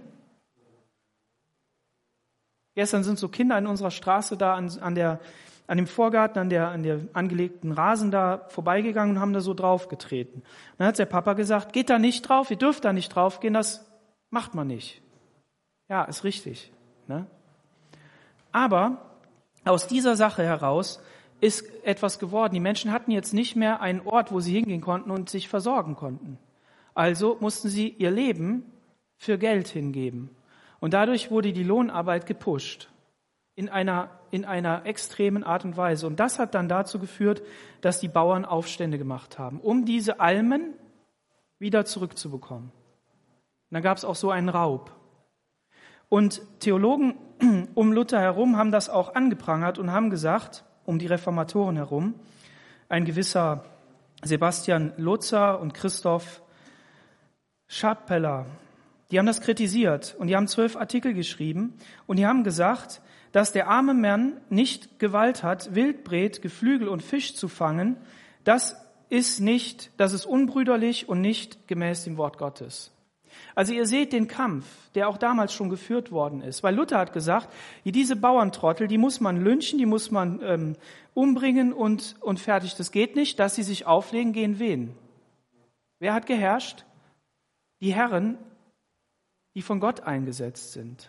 Gestern sind so Kinder in unserer Straße da an, an, der, an dem Vorgarten, an der, an der angelegten Rasen da vorbeigegangen und haben da so draufgetreten. Dann hat der Papa gesagt, geht da nicht drauf, ihr dürft da nicht drauf gehen, das macht man nicht. Ja, ist richtig. Ne? Aber aus dieser Sache heraus ist etwas geworden. Die Menschen hatten jetzt nicht mehr einen Ort, wo sie hingehen konnten und sich versorgen konnten. Also mussten sie ihr Leben für Geld hingeben. Und dadurch wurde die Lohnarbeit gepusht. In einer, in einer extremen Art und Weise. Und das hat dann dazu geführt, dass die Bauern Aufstände gemacht haben, um diese Almen wieder zurückzubekommen. Und dann gab es auch so einen Raub. Und Theologen um Luther herum haben das auch angeprangert und haben gesagt, um die Reformatoren herum, ein gewisser Sebastian Lutzer und Christoph Schappeler, die haben das kritisiert und die haben zwölf Artikel geschrieben und die haben gesagt, dass der arme Mann nicht Gewalt hat, Wildbret, Geflügel und Fisch zu fangen, das ist nicht, das ist unbrüderlich und nicht gemäß dem Wort Gottes. Also ihr seht den Kampf, der auch damals schon geführt worden ist. Weil Luther hat gesagt, diese Bauerntrottel, die muss man lynchen, die muss man ähm, umbringen und, und fertig. Das geht nicht, dass sie sich auflegen, gehen wen? Wer hat geherrscht? Die Herren, die von Gott eingesetzt sind.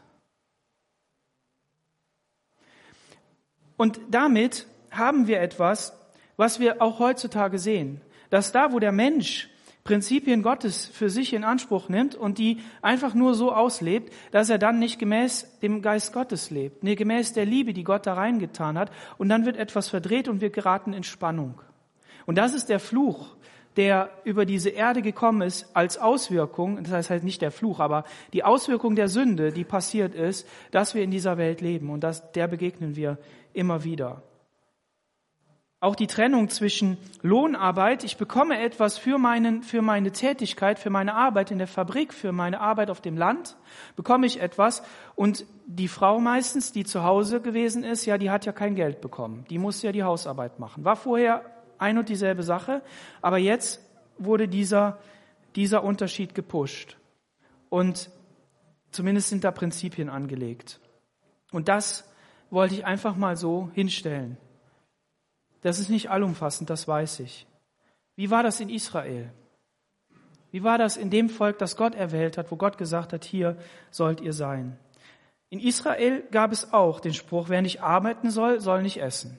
Und damit haben wir etwas, was wir auch heutzutage sehen, dass da, wo der Mensch Prinzipien Gottes für sich in Anspruch nimmt und die einfach nur so auslebt, dass er dann nicht gemäß dem Geist Gottes lebt, nee, gemäß der Liebe, die Gott da reingetan hat, und dann wird etwas verdreht und wir geraten in Spannung. Und das ist der Fluch, der über diese Erde gekommen ist als Auswirkung, das heißt halt nicht der Fluch, aber die Auswirkung der Sünde, die passiert ist, dass wir in dieser Welt leben und das, der begegnen wir immer wieder. Auch die Trennung zwischen Lohnarbeit, ich bekomme etwas für, meinen, für meine Tätigkeit, für meine Arbeit in der Fabrik, für meine Arbeit auf dem Land, bekomme ich etwas und die Frau meistens, die zu Hause gewesen ist, ja, die hat ja kein Geld bekommen, die musste ja die Hausarbeit machen. War vorher ein und dieselbe Sache, aber jetzt wurde dieser, dieser Unterschied gepusht und zumindest sind da Prinzipien angelegt. Und das wollte ich einfach mal so hinstellen. Das ist nicht allumfassend, das weiß ich. Wie war das in Israel? Wie war das in dem Volk, das Gott erwählt hat, wo Gott gesagt hat, hier sollt ihr sein? In Israel gab es auch den Spruch, wer nicht arbeiten soll, soll nicht essen.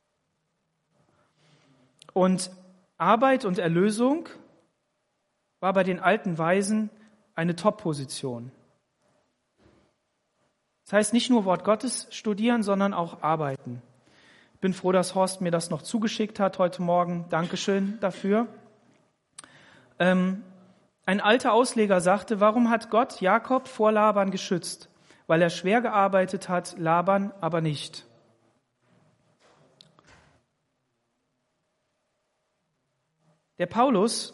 Und Arbeit und Erlösung war bei den alten Weisen eine Top-Position. Das heißt nicht nur Wort Gottes studieren, sondern auch arbeiten. Ich bin froh, dass Horst mir das noch zugeschickt hat heute Morgen. Dankeschön dafür. Ähm, ein alter Ausleger sagte, warum hat Gott Jakob vor Laban geschützt? Weil er schwer gearbeitet hat, Laban aber nicht. Der Paulus,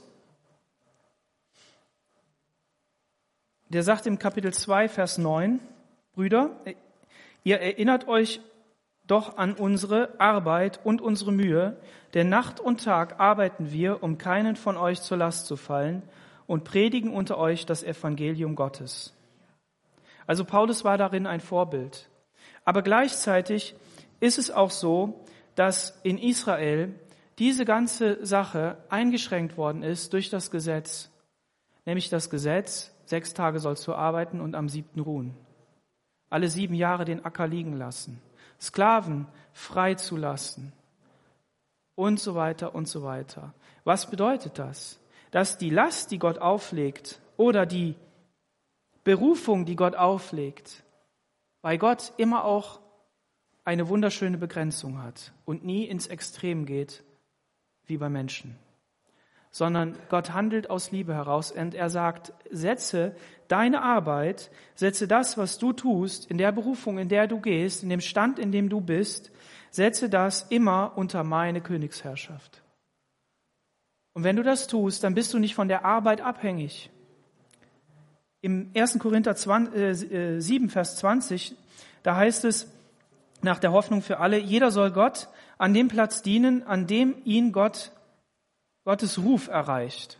der sagt im Kapitel zwei, Vers neun, Brüder, ihr erinnert euch doch an unsere Arbeit und unsere Mühe, denn Nacht und Tag arbeiten wir, um keinen von euch zur Last zu fallen und predigen unter euch das Evangelium Gottes. Also Paulus war darin ein Vorbild. Aber gleichzeitig ist es auch so, dass in Israel diese ganze Sache eingeschränkt worden ist durch das Gesetz, nämlich das Gesetz, sechs Tage sollst du arbeiten und am siebten ruhen. Alle sieben Jahre den Acker liegen lassen, Sklaven freizulassen und so weiter und so weiter. Was bedeutet das? Dass die Last, die Gott auflegt oder die Berufung, die Gott auflegt, bei Gott immer auch eine wunderschöne Begrenzung hat und nie ins Extrem geht, wie bei Menschen, sondern Gott handelt aus Liebe heraus und er sagt, setze deine Arbeit, setze das, was du tust, in der Berufung, in der du gehst, in dem Stand, in dem du bist, setze das immer unter meine Königsherrschaft. Und wenn du das tust, dann bist du nicht von der Arbeit abhängig. Im ersten Korinther sieben, Vers zwanzig, da heißt es, nach der Hoffnung für alle, jeder soll Gott an dem Platz dienen, an dem ihn Gott Gottes Ruf erreicht.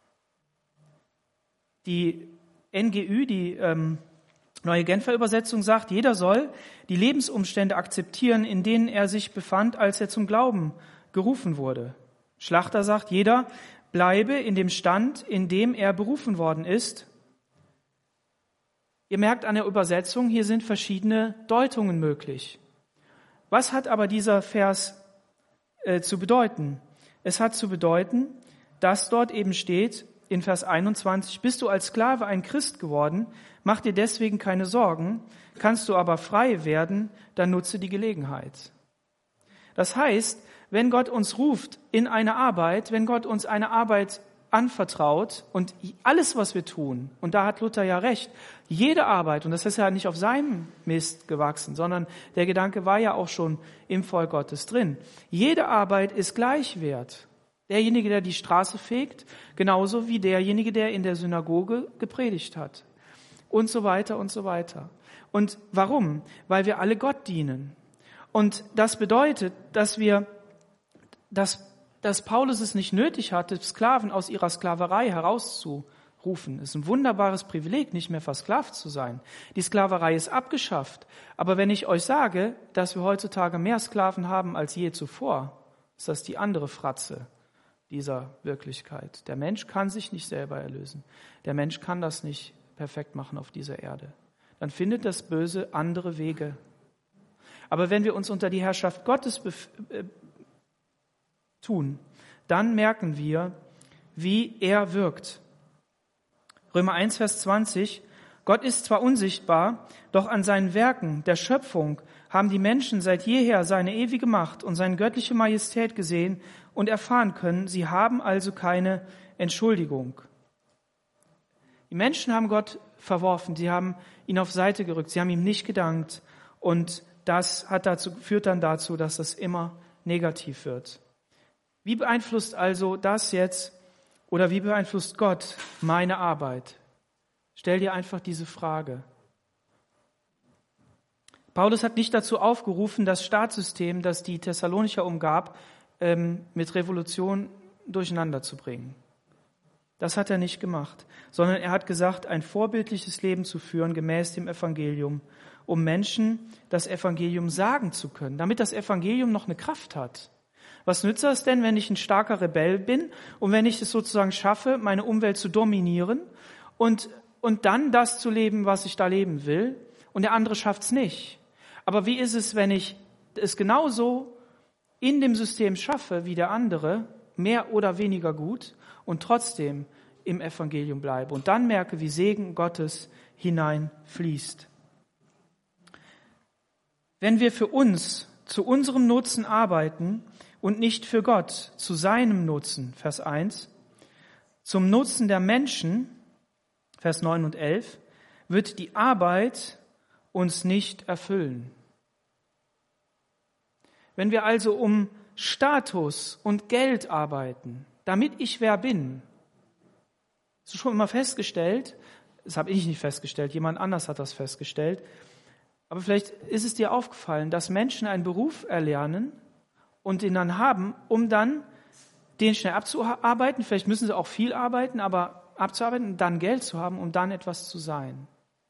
Die N G Ü, die ähm, Neue Genfer Übersetzung, sagt, jeder soll die Lebensumstände akzeptieren, in denen er sich befand, als er zum Glauben gerufen wurde. Schlachter sagt, jeder bleibe in dem Stand, in dem er berufen worden ist. Ihr merkt an der Übersetzung, hier sind verschiedene Deutungen möglich. Was hat aber dieser Vers äh, zu bedeuten? Es hat zu bedeuten, dass dort eben steht, in Vers einundzwanzig, bist du als Sklave ein Christ geworden, mach dir deswegen keine Sorgen, kannst du aber frei werden, dann nutze die Gelegenheit. Das heißt, wenn Gott uns ruft in eine Arbeit, wenn Gott uns eine Arbeit anvertraut und alles, was wir tun, und da hat Luther ja recht, jede Arbeit, und das ist ja nicht auf seinem Mist gewachsen, sondern der Gedanke war ja auch schon im Volk Gottes drin, jede Arbeit ist gleich wert. Derjenige, der die Straße fegt, genauso wie derjenige, der in der Synagoge gepredigt hat. Und so weiter und so weiter. Und warum? Weil wir alle Gott dienen. Und das bedeutet, dass wir, dass, dass Paulus es nicht nötig hatte, Sklaven aus ihrer Sklaverei herauszurufen. Es ist ein wunderbares Privileg, nicht mehr versklavt zu sein. Die Sklaverei ist abgeschafft. Aber wenn ich euch sage, dass wir heutzutage mehr Sklaven haben als je zuvor, ist das die andere Fratze dieser Wirklichkeit. Der Mensch kann sich nicht selber erlösen. Der Mensch kann das nicht perfekt machen auf dieser Erde. Dann findet das Böse andere Wege. Aber wenn wir uns unter die Herrschaft Gottes bef- äh, tun, dann merken wir, wie er wirkt. Römer eins, Vers zwanzig, Gott ist zwar unsichtbar, doch an seinen Werken der Schöpfung haben die Menschen seit jeher seine ewige Macht und seine göttliche Majestät gesehen und erfahren können. Sie haben also keine Entschuldigung. Die Menschen haben Gott verworfen, sie haben ihn auf Seite gerückt, sie haben ihm nicht gedankt und das hat dazu, führt dann dazu, dass das immer negativ wird. Wie beeinflusst also das jetzt oder wie beeinflusst Gott meine Arbeit? Stell dir einfach diese Frage. Paulus hat nicht dazu aufgerufen, das Staatssystem, das die Thessalonicher umgab, mit Revolution durcheinander zu bringen. Das hat er nicht gemacht, sondern er hat gesagt, ein vorbildliches Leben zu führen, gemäß dem Evangelium, um Menschen das Evangelium sagen zu können, damit das Evangelium noch eine Kraft hat. Was nützt das denn, wenn ich ein starker Rebell bin und wenn ich es sozusagen schaffe, meine Umwelt zu dominieren und, und dann das zu leben, was ich da leben will, und der andere schafft es nicht? Aber wie ist es, wenn ich es genauso in dem System schaffe wie der andere, mehr oder weniger gut, und trotzdem im Evangelium bleibe und dann merke, wie Segen Gottes hineinfließt. Wenn wir für uns zu unserem Nutzen arbeiten und nicht für Gott zu seinem Nutzen, Vers eins, zum Nutzen der Menschen, Vers neun und elf, wird die Arbeit uns nicht erfüllen. Wenn wir also um Status und Geld arbeiten, damit ich wer bin, hast du schon mal festgestellt, das habe ich nicht festgestellt, jemand anders hat das festgestellt, aber vielleicht ist es dir aufgefallen, dass Menschen einen Beruf erlernen und den dann haben, um dann den schnell abzuarbeiten, vielleicht müssen sie auch viel arbeiten, aber abzuarbeiten und dann Geld zu haben, um dann etwas zu sein.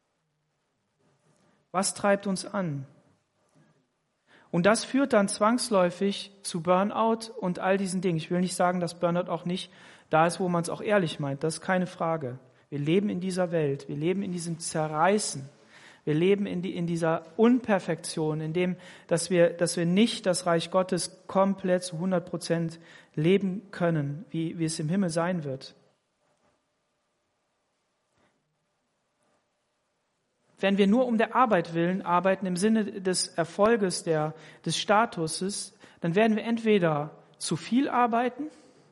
Was treibt uns an? Und das führt dann zwangsläufig zu Burnout und all diesen Dingen. Ich will nicht sagen, dass Burnout auch nicht da ist, wo man es auch ehrlich meint. Das ist keine Frage. Wir leben in dieser Welt. Wir leben in diesem Zerreißen. Wir leben in, die, in dieser Unperfektion, in dem, dass wir, dass wir nicht das Reich Gottes komplett zu hundert Prozent leben können, wie, wie es im Himmel sein wird. Wenn wir nur um der Arbeit willen arbeiten, im Sinne des Erfolges, der, des Statuses, dann werden wir entweder zu viel arbeiten,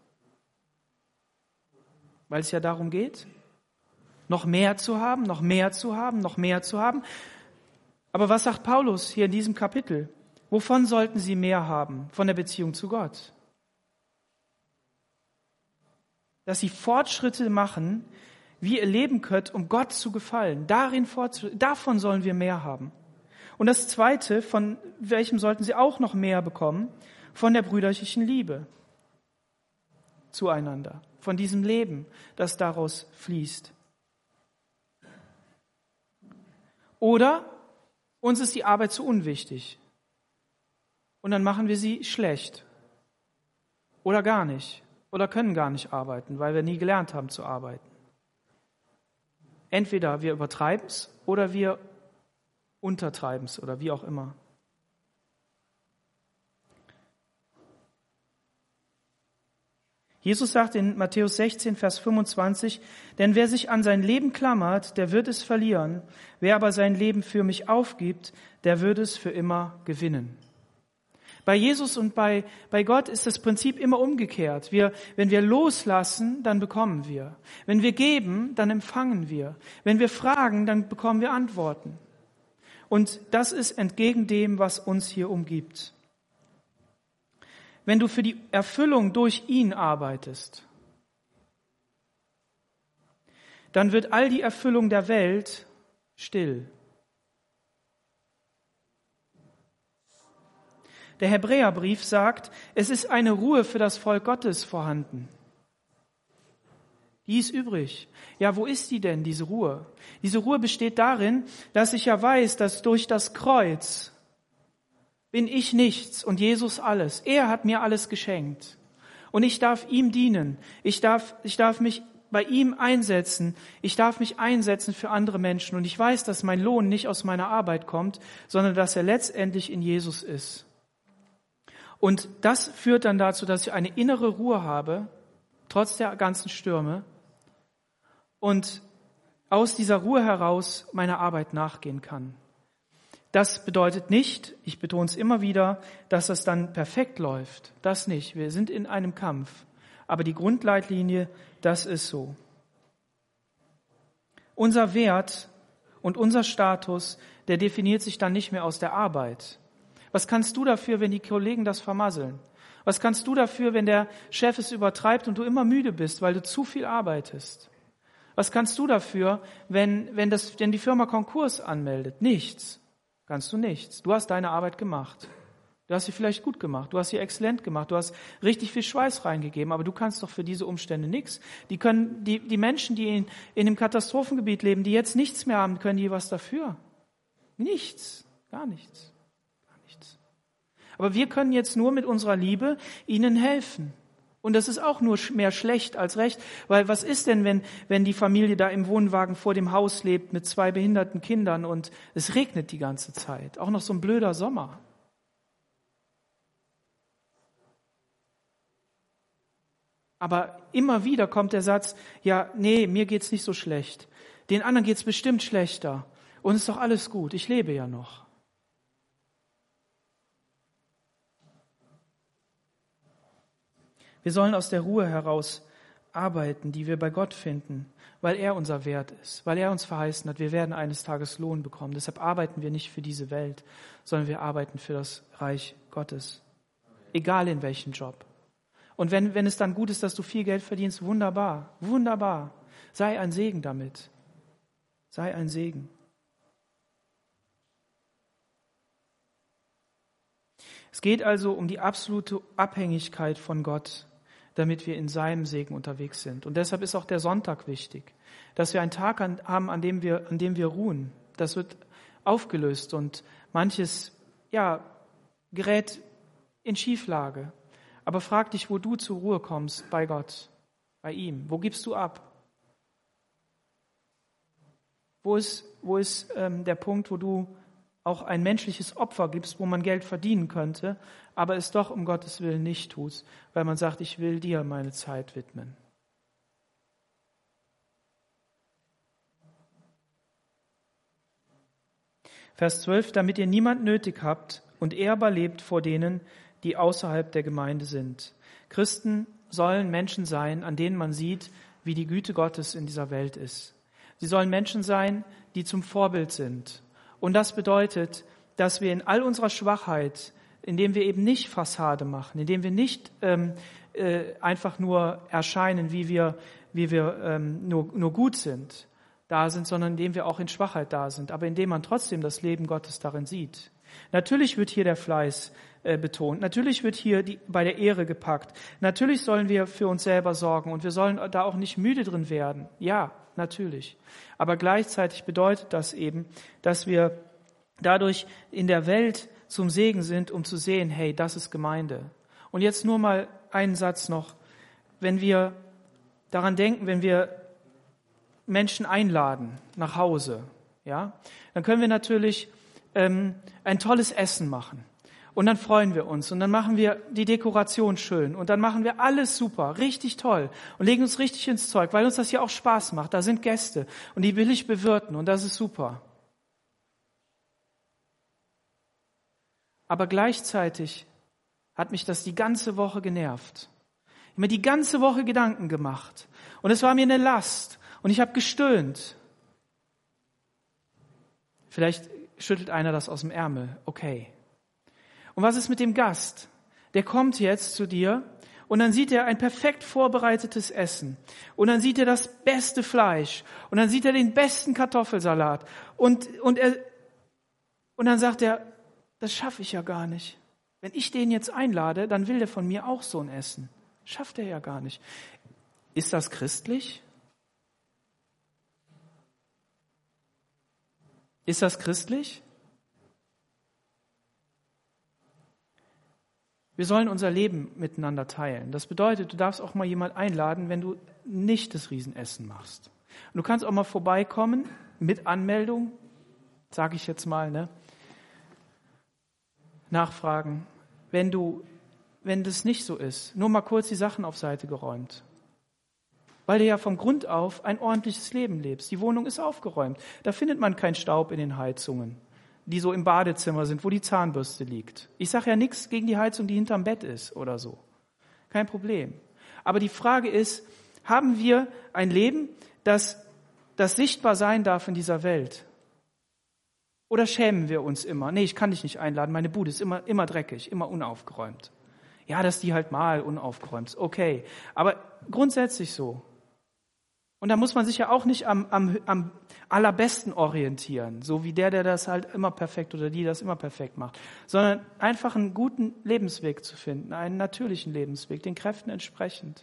weil es ja darum geht, noch mehr zu haben, noch mehr zu haben, noch mehr zu haben. Aber was sagt Paulus hier in diesem Kapitel? Wovon sollten sie mehr haben? Von der Beziehung zu Gott. Dass sie Fortschritte machen, wie ihr leben könnt, um Gott zu gefallen. Darin davon sollen wir mehr haben. Und das Zweite, von welchem sollten sie auch noch mehr bekommen? Von der brüderlichen Liebe. zueinander, von diesem Leben, das daraus fließt. Oder uns ist die Arbeit zu unwichtig und dann machen wir sie schlecht oder gar nicht oder können gar nicht arbeiten, weil wir nie gelernt haben zu arbeiten. Entweder wir übertreiben es oder wir untertreiben es oder wie auch immer. Jesus sagt in Matthäus sechzehn, Vers fünfundzwanzig, denn wer sich an sein Leben klammert, der wird es verlieren. Wer aber sein Leben für mich aufgibt, der wird es für immer gewinnen. Bei Jesus und bei, bei Gott ist das Prinzip immer umgekehrt. Wir, wenn wir loslassen, dann bekommen wir. Wenn wir geben, dann empfangen wir. Wenn wir fragen, dann bekommen wir Antworten. Und das ist entgegen dem, was uns hier umgibt. Wenn du für die Erfüllung durch ihn arbeitest, dann wird all die Erfüllung der Welt still. Der Hebräerbrief sagt, es ist eine Ruhe für das Volk Gottes vorhanden. Die ist übrig. Ja, wo ist die denn, diese Ruhe? Diese Ruhe besteht darin, dass ich ja weiß, dass durch das Kreuz bin ich nichts und Jesus alles. Er hat mir alles geschenkt. Und ich darf ihm dienen. Ich darf, ich darf mich bei ihm einsetzen. Ich darf mich einsetzen für andere Menschen. Und ich weiß, dass mein Lohn nicht aus meiner Arbeit kommt, sondern dass er letztendlich in Jesus ist. Und das führt dann dazu, dass ich eine innere Ruhe habe, trotz der ganzen Stürme. Und aus dieser Ruhe heraus meiner Arbeit nachgehen kann. Das bedeutet nicht, ich betone es immer wieder, dass das dann perfekt läuft. Das nicht. Wir sind in einem Kampf. Aber die Grundleitlinie, das ist so. Unser Wert und unser Status, der definiert sich dann nicht mehr aus der Arbeit. Was kannst du dafür, wenn die Kollegen das vermasseln? Was kannst du dafür, wenn der Chef es übertreibt und du immer müde bist, weil du zu viel arbeitest? Was kannst du dafür, wenn, wenn, das, wenn die Firma Konkurs anmeldet? Nichts. Kannst du nichts. Du hast deine Arbeit gemacht. Du hast sie vielleicht gut gemacht. Du hast sie exzellent gemacht. Du hast richtig viel Schweiß reingegeben. Aber du kannst doch für diese Umstände nichts. Die können, die, die Menschen, die in, in dem Katastrophengebiet leben, die jetzt nichts mehr haben, können die was dafür? Nichts. Gar nichts. Gar nichts. Aber wir können jetzt nur mit unserer Liebe ihnen helfen. Und das ist auch nur mehr schlecht als recht, weil was ist denn, wenn, wenn die Familie da im Wohnwagen vor dem Haus lebt mit zwei behinderten Kindern und es regnet die ganze Zeit, auch noch so ein blöder Sommer. Aber immer wieder kommt der Satz, ja, nee, mir geht's nicht so schlecht, den anderen geht's bestimmt schlechter und es ist doch alles gut, ich lebe ja noch. Wir sollen aus der Ruhe heraus arbeiten, die wir bei Gott finden, weil er unser Wert ist, weil er uns verheißen hat, wir werden eines Tages Lohn bekommen. Deshalb arbeiten wir nicht für diese Welt, sondern wir arbeiten für das Reich Gottes, egal in welchem Job. Und wenn, wenn es dann gut ist, dass du viel Geld verdienst, wunderbar, wunderbar. Sei ein Segen damit. Sei ein Segen. Es geht also um die absolute Abhängigkeit von Gott, damit wir in seinem Segen unterwegs sind. Und deshalb ist auch der Sonntag wichtig, dass wir einen Tag haben, an dem wir, an dem wir ruhen. Das wird aufgelöst und manches, ja, gerät in Schieflage. Aber frag dich, wo du zur Ruhe kommst bei Gott, bei ihm. Wo gibst du ab? Wo ist, wo ist ähm, der Punkt, wo du auch ein menschliches Opfer gibst, wo man Geld verdienen könnte, aber es doch um Gottes Willen nicht tut, weil man sagt, ich will dir meine Zeit widmen. Vers zwölf, damit ihr niemand nötig habt und ehrbar lebt vor denen, die außerhalb der Gemeinde sind. Christen sollen Menschen sein, an denen man sieht, wie die Güte Gottes in dieser Welt ist. Sie sollen Menschen sein, die zum Vorbild sind. Und das bedeutet, dass wir in all unserer Schwachheit, indem wir eben nicht Fassade machen, indem wir nicht ähm, äh, einfach nur erscheinen, wie wir, wie wir ähm, nur, nur gut sind, da sind, sondern indem wir auch in Schwachheit da sind, aber indem man trotzdem das Leben Gottes darin sieht. Natürlich wird hier der Fleiß äh, betont. Natürlich wird hier die, bei der Ehre gepackt. Natürlich sollen wir für uns selber sorgen und wir sollen da auch nicht müde drin werden. Ja, natürlich. Aber gleichzeitig bedeutet das eben, dass wir dadurch in der Welt zum Segen sind, um zu sehen, hey, das ist Gemeinde. Und jetzt nur mal einen Satz noch. Wenn wir daran denken, wenn wir Menschen einladen nach Hause, ja, dann können wir natürlich ähm, ein tolles Essen machen. Und dann freuen wir uns und dann machen wir die Dekoration schön und dann machen wir alles super, richtig toll und legen uns richtig ins Zeug, weil uns das ja auch Spaß macht. Da sind Gäste und die will ich bewirten und das ist super. Aber gleichzeitig hat mich das die ganze Woche genervt. Ich habe mir die ganze Woche Gedanken gemacht und es war mir eine Last und ich habe gestöhnt. Vielleicht schüttelt einer das aus dem Ärmel, okay. Und was ist mit dem Gast? Der kommt jetzt zu dir und dann sieht er ein perfekt vorbereitetes Essen und dann sieht er das beste Fleisch und dann sieht er den besten Kartoffelsalat und, und, er, und dann sagt er, das schaffe ich ja gar nicht. Wenn ich den jetzt einlade, dann will der von mir auch so ein Essen. Schafft er ja gar nicht. Ist das christlich? Ist das christlich? Wir sollen unser Leben miteinander teilen. Das bedeutet, du darfst auch mal jemand einladen, wenn du nicht das Riesenessen machst. Und du kannst auch mal vorbeikommen mit Anmeldung, sage ich jetzt mal, ne? Nachfragen, wenn du, wenn das nicht so ist, nur mal kurz die Sachen auf Seite geräumt. Weil du ja vom Grund auf ein ordentliches Leben lebst. Die Wohnung ist aufgeräumt. Da findet man keinen Staub in den Heizungen, die so im Badezimmer sind, wo die Zahnbürste liegt. Ich sage ja nichts gegen die Heizung, die hinterm Bett ist oder so. Kein Problem. Aber die Frage ist, haben wir ein Leben, das, das sichtbar sein darf in dieser Welt? Oder schämen wir uns immer? Nee, ich kann dich nicht einladen, meine Bude ist immer, immer dreckig, immer unaufgeräumt. Ja, dass die halt mal unaufgeräumt ist, okay. Aber grundsätzlich so. Und da muss man sich ja auch nicht am, am, am allerbesten orientieren, so wie der, der das halt immer perfekt oder die das immer perfekt macht, sondern einfach einen guten Lebensweg zu finden, einen natürlichen Lebensweg, den Kräften entsprechend.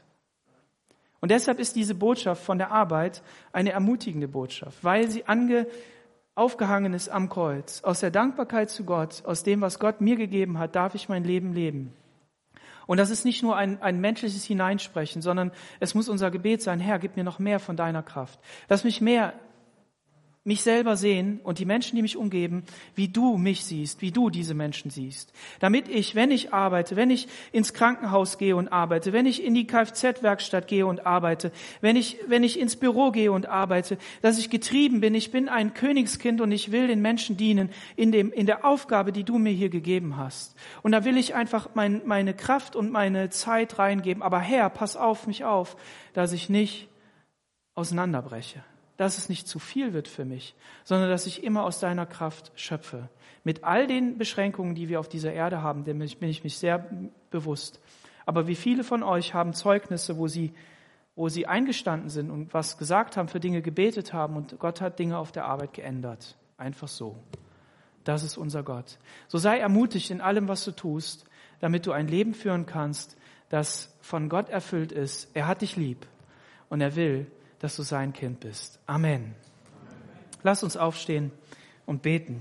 Und deshalb ist diese Botschaft von der Arbeit eine ermutigende Botschaft, weil sie ange, aufgehangen ist am Kreuz. Aus der Dankbarkeit zu Gott, aus dem, was Gott mir gegeben hat, darf ich mein Leben leben. Und das ist nicht nur ein, ein menschliches Hineinsprechen, sondern es muss unser Gebet sein, Herr, gib mir noch mehr von deiner Kraft. Lass mich mehr mich selber sehen und die Menschen, die mich umgeben, wie du mich siehst, wie du diese Menschen siehst. Damit ich, wenn ich arbeite, wenn ich ins Krankenhaus gehe und arbeite, wenn ich in die Kfz-Werkstatt gehe und arbeite, wenn ich, wenn ich ins Büro gehe und arbeite, dass ich getrieben bin, ich bin ein Königskind und ich will den Menschen dienen in dem, in der Aufgabe, die du mir hier gegeben hast. Und da will ich einfach mein, meine Kraft und meine Zeit reingeben. Aber Herr, pass auf mich auf, dass ich nicht auseinanderbreche. Dass es nicht zu viel wird für mich, sondern dass ich immer aus deiner Kraft schöpfe. Mit all den Beschränkungen, die wir auf dieser Erde haben, dem bin ich mich sehr bewusst. Aber wie viele von euch haben Zeugnisse, wo sie, wo sie eingestanden sind und was gesagt haben, für Dinge gebetet haben und Gott hat Dinge auf der Arbeit geändert. Einfach so. Das ist unser Gott. So sei ermutigt in allem, was du tust, damit du ein Leben führen kannst, das von Gott erfüllt ist. Er hat dich lieb und er will, dass du sein Kind bist. Amen. Amen. Lass uns aufstehen und beten.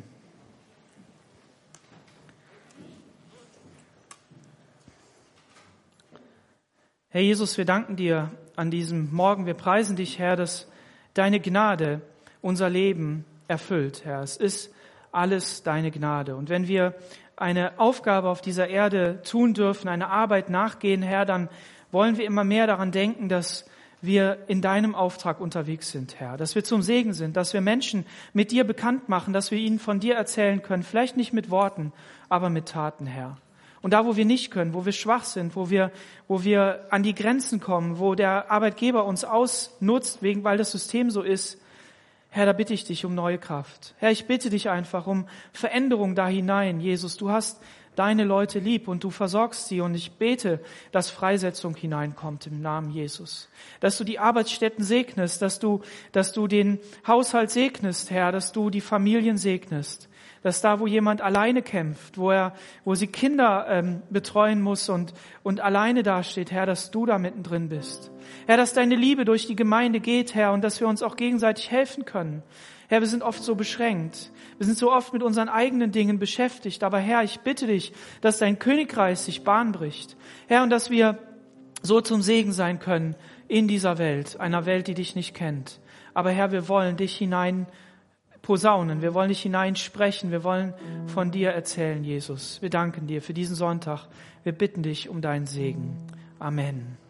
Herr Jesus, wir danken dir an diesem Morgen. Wir preisen dich, Herr, dass deine Gnade unser Leben erfüllt, Herr. Es ist alles deine Gnade. Und wenn wir eine Aufgabe auf dieser Erde tun dürfen, eine Arbeit nachgehen, Herr, dann wollen wir immer mehr daran denken, dass wir in deinem Auftrag unterwegs sind, Herr, dass wir zum Segen sind, dass wir Menschen mit dir bekannt machen, dass wir ihnen von dir erzählen können, vielleicht nicht mit Worten, aber mit Taten, Herr. Und da, wo wir nicht können, wo wir schwach sind, wo wir, wo wir an die Grenzen kommen, wo der Arbeitgeber uns ausnutzt, wegen, weil das System so ist, Herr, da bitte ich dich um neue Kraft. Herr, ich bitte dich einfach um Veränderung da hinein. Jesus, du hast deine Leute lieb und du versorgst sie und ich bete, dass Freisetzung hineinkommt im Namen Jesus. Dass du die Arbeitsstätten segnest, dass du, dass du den Haushalt segnest, Herr, dass du die Familien segnest, dass da, wo jemand alleine kämpft, wo er, wo sie Kinder ähm, betreuen muss und, und alleine dasteht, Herr, dass du da mittendrin bist. Herr, dass deine Liebe durch die Gemeinde geht, Herr, und dass wir uns auch gegenseitig helfen können. Herr, wir sind oft so beschränkt. Wir sind so oft mit unseren eigenen Dingen beschäftigt. Aber Herr, ich bitte dich, dass dein Königreich sich Bahn bricht. Herr, und dass wir so zum Segen sein können in dieser Welt, einer Welt, die dich nicht kennt. Aber Herr, wir wollen dich hinein posaunen, wir wollen dich hineinsprechen, wir wollen von dir erzählen, Jesus. Wir danken dir für diesen Sonntag. Wir bitten dich um deinen Segen. Amen.